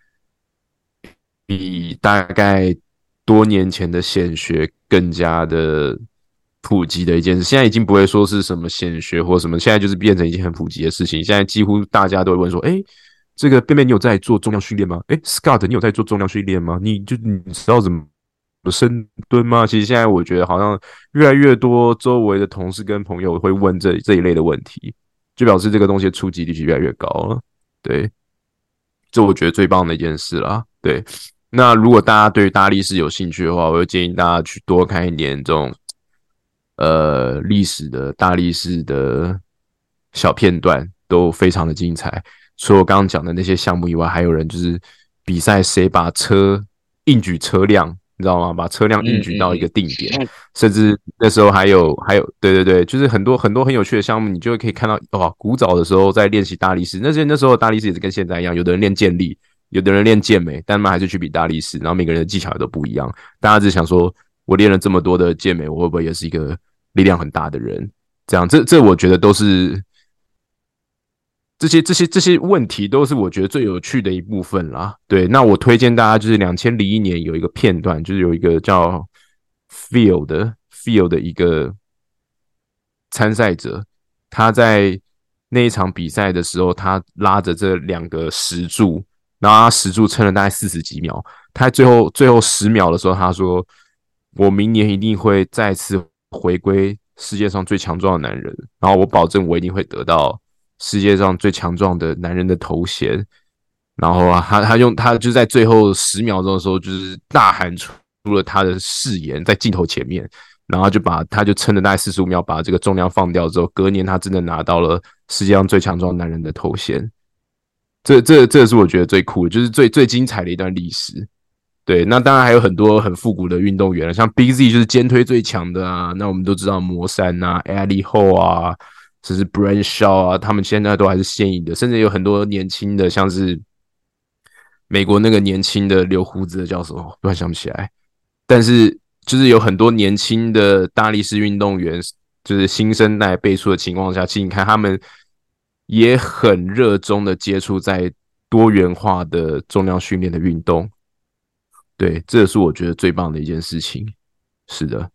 比大概多年前的显学更加的普及的一件事。现在已经不会说是什么显学或什么，现在就是变成一件很普及的事情。现在几乎大家都会问说：“哎，这个便便你有在做重量训练吗？哎，Scott 你有在做重量训练吗？你知道怎么深蹲吗？”其实现在我觉得好像越来越多周围的同事跟朋友会问这一类的问题，就表示这个东西的触及率就越来越高了。对，这我觉得最棒的一件事啦。对。那如果大家对于大力士有兴趣的话，我会建议大家去多看一点这种历史的大力士的小片段，都非常的精彩。除了我刚刚讲的那些项目以外，还有人就是比赛谁把车硬举车辆，你知道吗？把车辆硬举到一个定点，甚至那时候还有，对，就是很多很多很有趣的项目，你就会可以看到哇，古早的时候在练习大力士，那时候的大力士也是跟现在一样，有的人练健力。有的人练健美，但他们还是去比大力士，然后每个人的技巧也都不一样。大家只想说，我练了这么多的健美，我会不会也是一个力量很大的人？这样，这我觉得都是这些问题，都是我觉得最有趣的一部分啦。对，那我推荐大家就是2001年有一个片段，就是有一个叫 Phil 的一个参赛者，他在那一场比赛的时候，他拉着这2个石柱。然后他石柱撑了大概40几秒，他最后10秒的时候，他说：“我明年一定会再次回归世界上最强壮的男人，然后我保证我一定会得到世界上最强壮的男人的头衔。”然后啊，他就在最后10秒钟的时候，就是大喊出了他的誓言，在镜头前面，然后他就撑了大概45秒，把这个重量放掉之后，隔年他真的拿到了世界上最强壮男人的头衔。这是我觉得最酷的，就是最精彩的一段历史。对，那当然还有很多很复古的运动员了，像 Big Z 就是肩推最强的啊，那我们都知道魔山啊、Ali Ho 啊，甚至 Brand Shaw 啊，他们现在都还是现役的，甚至有很多年轻的，像是美国那个年轻的留胡子的叫什么，突然想不起来。但是就是有很多年轻的大力士运动员，就是新生代辈出的情况下，其实你看他们也很热衷的接触在多元化的重量训练的运动。对，这是我觉得最棒的一件事情。是的。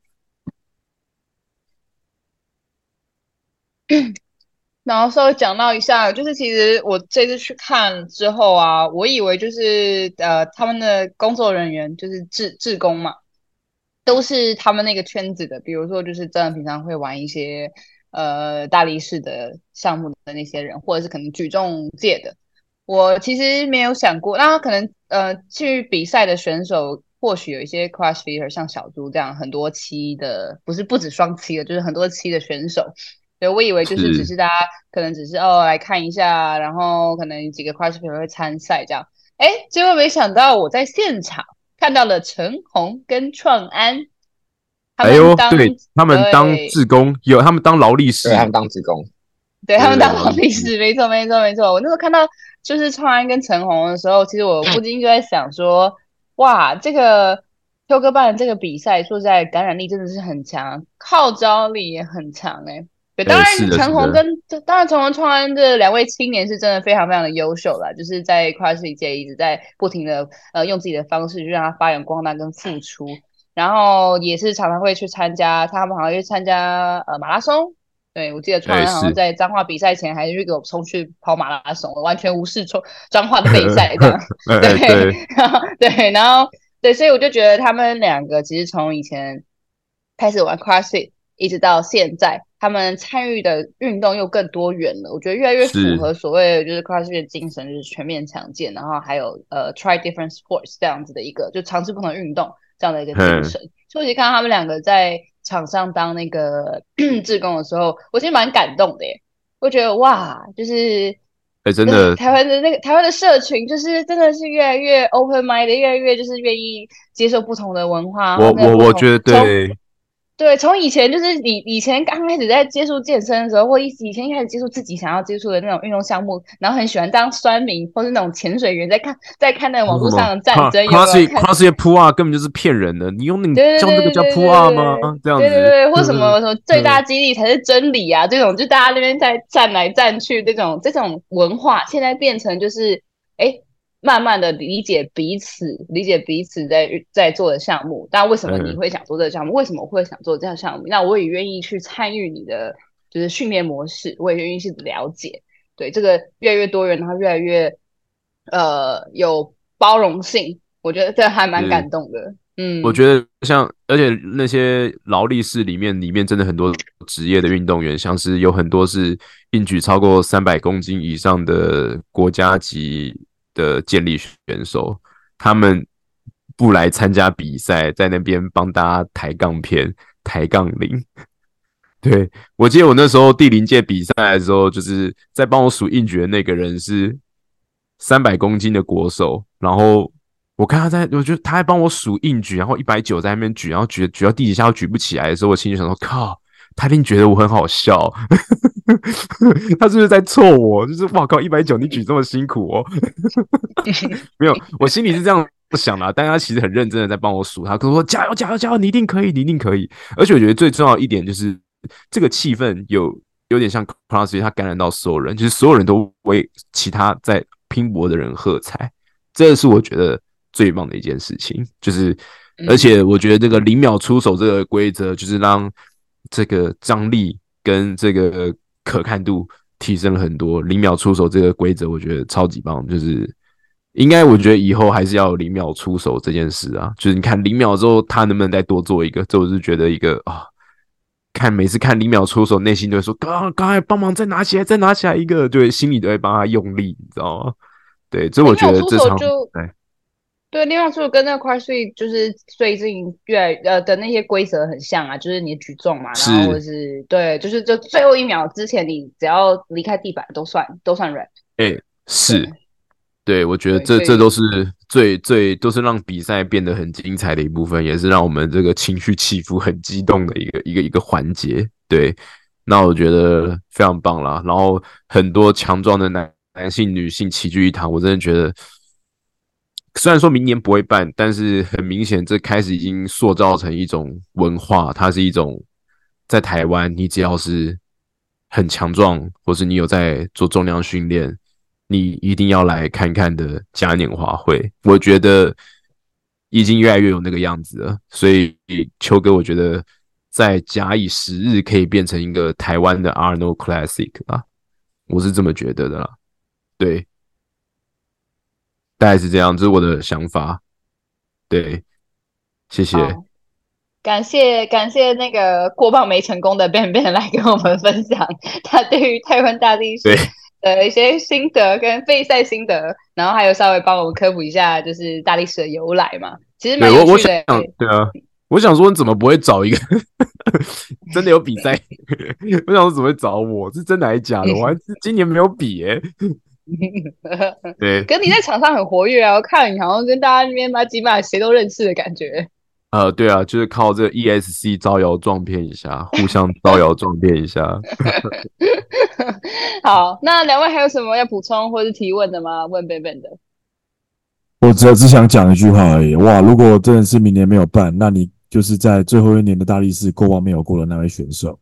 然后稍微讲到一下，就是其实我这次去看之后啊，我以为就是他们的工作人员就是志工嘛，都是他们那个圈子的，比如说就是真的平常会玩一些大力士的项目的那些人，或者是可能举重界的。我其实没有想过，那可能去比赛的选手，或许有一些 CrossFitter 像小猪这样很多期的，不止双期的，就是很多期的选手。对，我以为就是只是大家可能只是来看一下，然后可能几个 CrossFitter 会参赛这样。哎，结果没想到我在现场看到了陈红跟创安，他哎呦， 们当对，他们当对志工，他们当劳力士， 对他们当职工， 对他们当劳劳力士，没错没错没错。我那时候看到就是创安跟陈红的时候，其实我不禁就在想说，哇，这个秋哥办的这个比赛，说实在感染力真的是很强，号召力也很强哎。对，当然是的， 陈红创安这2位青年是真的非常非常的优秀啦，就是在跨世界一直在不停的用自己的方式去让他发扬光大跟付出，然后也是常常会去参加，他们好像去参加马拉松。对，我记得创安好像在彰化比赛前还是给我冲去跑马拉松，完全无视彰化的备赛这样。对，然后对，所以我就觉得他们2个其实从以前开始玩 CrossFit 一直到现在，他们参与的运动又更多元了。我觉得越来越符合所谓的就是 CrossFit 的精神，就是全面强健，然后还有try different sports 这样子的一个，就尝试不同的运动这样的一个精神。所以我其实看到他们2个在场上当那个志工的时候，我其实蛮感动的耶。我觉得哇，就是真的台湾的社群，就是真的是越来越 open mind 的，越来越就是愿意接受不同的文化。 我觉得对， 对，从以前就是你以前刚开始在接触健身的时候，或以前一开始接触自己想要接触的那种运动项目，然后很喜欢当酸民或是那种潜水员在看那个网络上说什么的战争，有没有 CrossFit 看？ CrossFit Pull Up 根本就是骗人的，你用那对对叫这个叫对对 Pull 对 Up 吗？这样子， 对对对，或什么最大激励才是真理啊，这种就大家那边在站来站去，这种文化，现在变成就是哎，慢慢的理解彼此在做的项目。那为什么你嗯， 会想做这个项目？为什么我会想做这样项目？那我也愿意去参与你的就是训练模式，我也愿意去了解。对，这个越来越多元，然后越来越有包容性，我觉得这还蛮是。 感动的。 我觉得像，而且那些劳力士里面真的很多职业的运动员，像是有很多是硬举超过300公斤以上的国家级的健力选手，他们不来参加比赛，在那边帮大家抬杠片、抬杠铃。对，我记得我那时候第0届比赛的时候，就是在帮我数硬举的那个人是300公斤的国手，然后我看我觉得他还帮我数硬举，然后190在那边举，然后举到第几下都举不起来的时候，我心里想说：靠，他一定觉得我很好笑，他是不是在挫我？就是哇靠，190你举这么辛苦哦？没有，我心里是这样想啦，但他其实很认真的在帮我数，他跟我说加油加油加油，你一定可以，你一定可以。而且我觉得最重要的一点就是这个气氛有点像 CrossFit，它感染到所有人，就是所有人都为其他在拼搏的人喝彩，这是我觉得最棒的一件事情。就是而且我觉得这个0秒出手这个规则，就是让这个张力跟这个可看度提升了很多。0秒出手这个规则，我觉得超级棒，就是应该我觉得以后还是要有0秒出手这件事啊。就是你看0秒之后，他能不能再多做一个？这我是觉得一个啊。每次看0秒出手，内心都会说：刚才帮忙再拿起来，再拿起来一个，对，心里都会帮他用力，你知道吗？对，这我觉零秒出得这场手就对，零秒出手跟那个 CrossFit 就是最近的那些规则很像啊，就是你的举重嘛，然后或者是， 是对，就最后1秒之前你只要离开地板都算 rep。 是， 对对，我觉得对，所以这都是都是让比赛变得很精彩的一部分，也是让我们这个情绪起伏很激动的一个环节。对，那我觉得非常棒啦。然后很多强壮的男性、女性齐聚一堂，我真的觉得，虽然说明年不会办，但是很明显，这开始已经塑造成一种文化，它是一种在台湾，你只要是很强壮，或是你有在做重量训练。你一定要来看看的嘉年华会，我觉得已经越来越有那个样子了。所以秋哥，我觉得在假以时日，可以变成一个台湾的 Arnold Classic 啦，我是这么觉得的啦。对，大概是这样，这是我的想法。对，谢谢。 好，感谢那个过磅没成功的 Ben 来跟我们分享他对于台湾大力对士的一些心得跟备赛心得，然后还有稍微帮我们科普一下就是大力士的由来嘛，其实对， 蛮有我想， 趣的欸。 对啊，我想说，你怎么不会找一个真的有比赛？我想说，怎么会找我？是真的还是假的？我还是今年没有比耶、对， 可是你在场上很活跃啊，我看你好像跟大家那边嘛，基本上谁都认识的感觉。 对啊，就是靠这个 ESC 招摇撞骗一下，互相招摇撞骗一下。 好，那两位还有什么要补充或是提问的吗？问 Ben 的。 我只想讲一句话而已。哇，如果真的是明年没有办，那你就是在最后一年的大力士过往没有过的那位选手。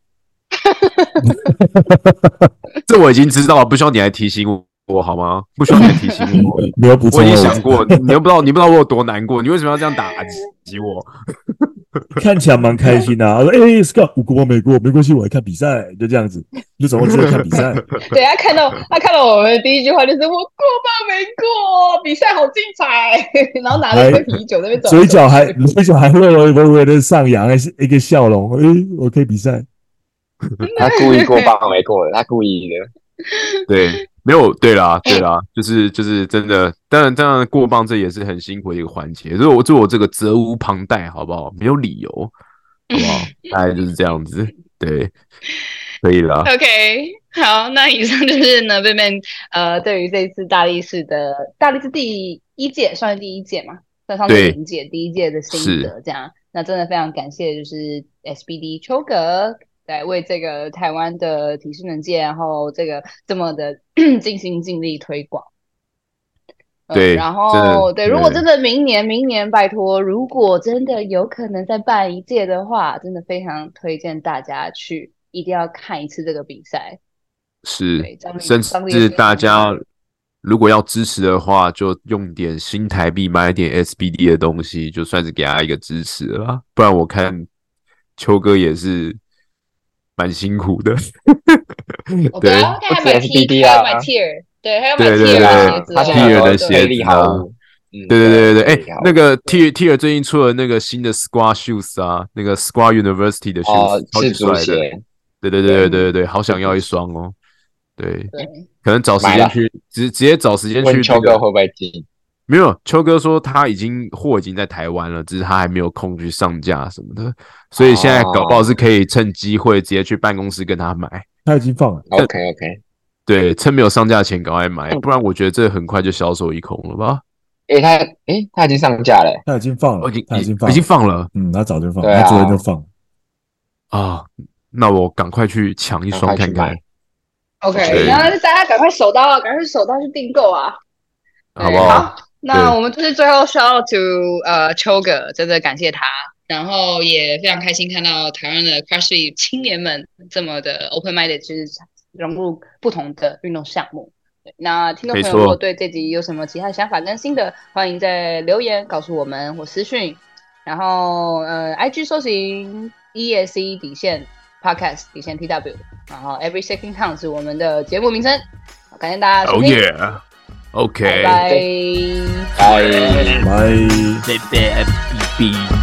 这我已经知道了，不需要你来提醒我好吗？不需要你来提醒我， 没有补充， 我已经想过，你不知道我有多难过，你为什么要这样打击我？ 看起来蛮开心的、啊。我说：“Scott，我国王没过，没关系，我来看比赛。”就这样子，就走过去看比赛。 对，他看到我们的第一句话就是“我过磅没过，比赛好精彩”，然后拿了一杯啤酒在那边走， 嘴角还露了微微的上扬，是一个笑容。我可以比赛。 他故意过磅没过的，他故意的。 对，没有，对啦，就是真的，当然过磅这也是很辛苦的一个环节，所以我这个责无旁贷，好不好？没有理由，好不好？大概就是这样子，对，可以了。 OK，好，那以上就是呢贝贝对于这一次大力士第一届，算是第一届嘛，算上是对， 第一届的心得这样。 那真的非常感谢，就是 SBD 秋哥来为这个台湾的体适能界，然后这个这么的尽心尽力推广。 对， 然真的后对，如果真的明年拜托，如果真的有可能再办一届的话，真的非常推荐大家去，一定要看一次这个比赛。 是对， 甚至大家如果要支持的话，就用点新台币买点 SBD 的东西，就算是给他一个支持了啦。不然我看秋哥也是蛮辛苦的。 对啊，还买 SBD 啊， 买 Tier， 对，还要买对 Tier 的鞋子他现在 ，Tier 的有鞋子啊。对，那个 Tier 最近出了那个新的 Squad Shoes 啊，那个 Squad University 的 shoes， 超级帅的。对，好想要一双哦。对，可能找时间去，直接找时间去。 问秋哥会不会进？ 没有，秋哥说他货已经在台湾了，只是他还没有空去上架什么的，所以现在搞不好是可以趁机会直接去办公室跟他买。 他已经放了。 OK， 对，趁没有上架前赶快买，不然我觉得这很快就销售一空了吧？ 他已经上架了， 他已经放了，他已经放了。 他早就放了，他昨天就放了。 啊，那我赶快去抢一双看看。 OK， 然后大家赶快手刀啊，赶快去手刀去订购啊， 好不好？ 好，那我们就是最后 shout out to 秋哥，真的感谢他，然后也非常开心看到台湾的 CrossFit 青年们这么的 open minded， 就是融入不同的运动项目。那听众朋友如果对这集有什么其他想法跟心得，欢迎在留言告诉我们或私讯，然后IG 搜寻 ESC_ Podcast_ TW， 然后 Every Second Count 是我们的节目名称。感谢大家收听。 OK， 拜拜。 拜。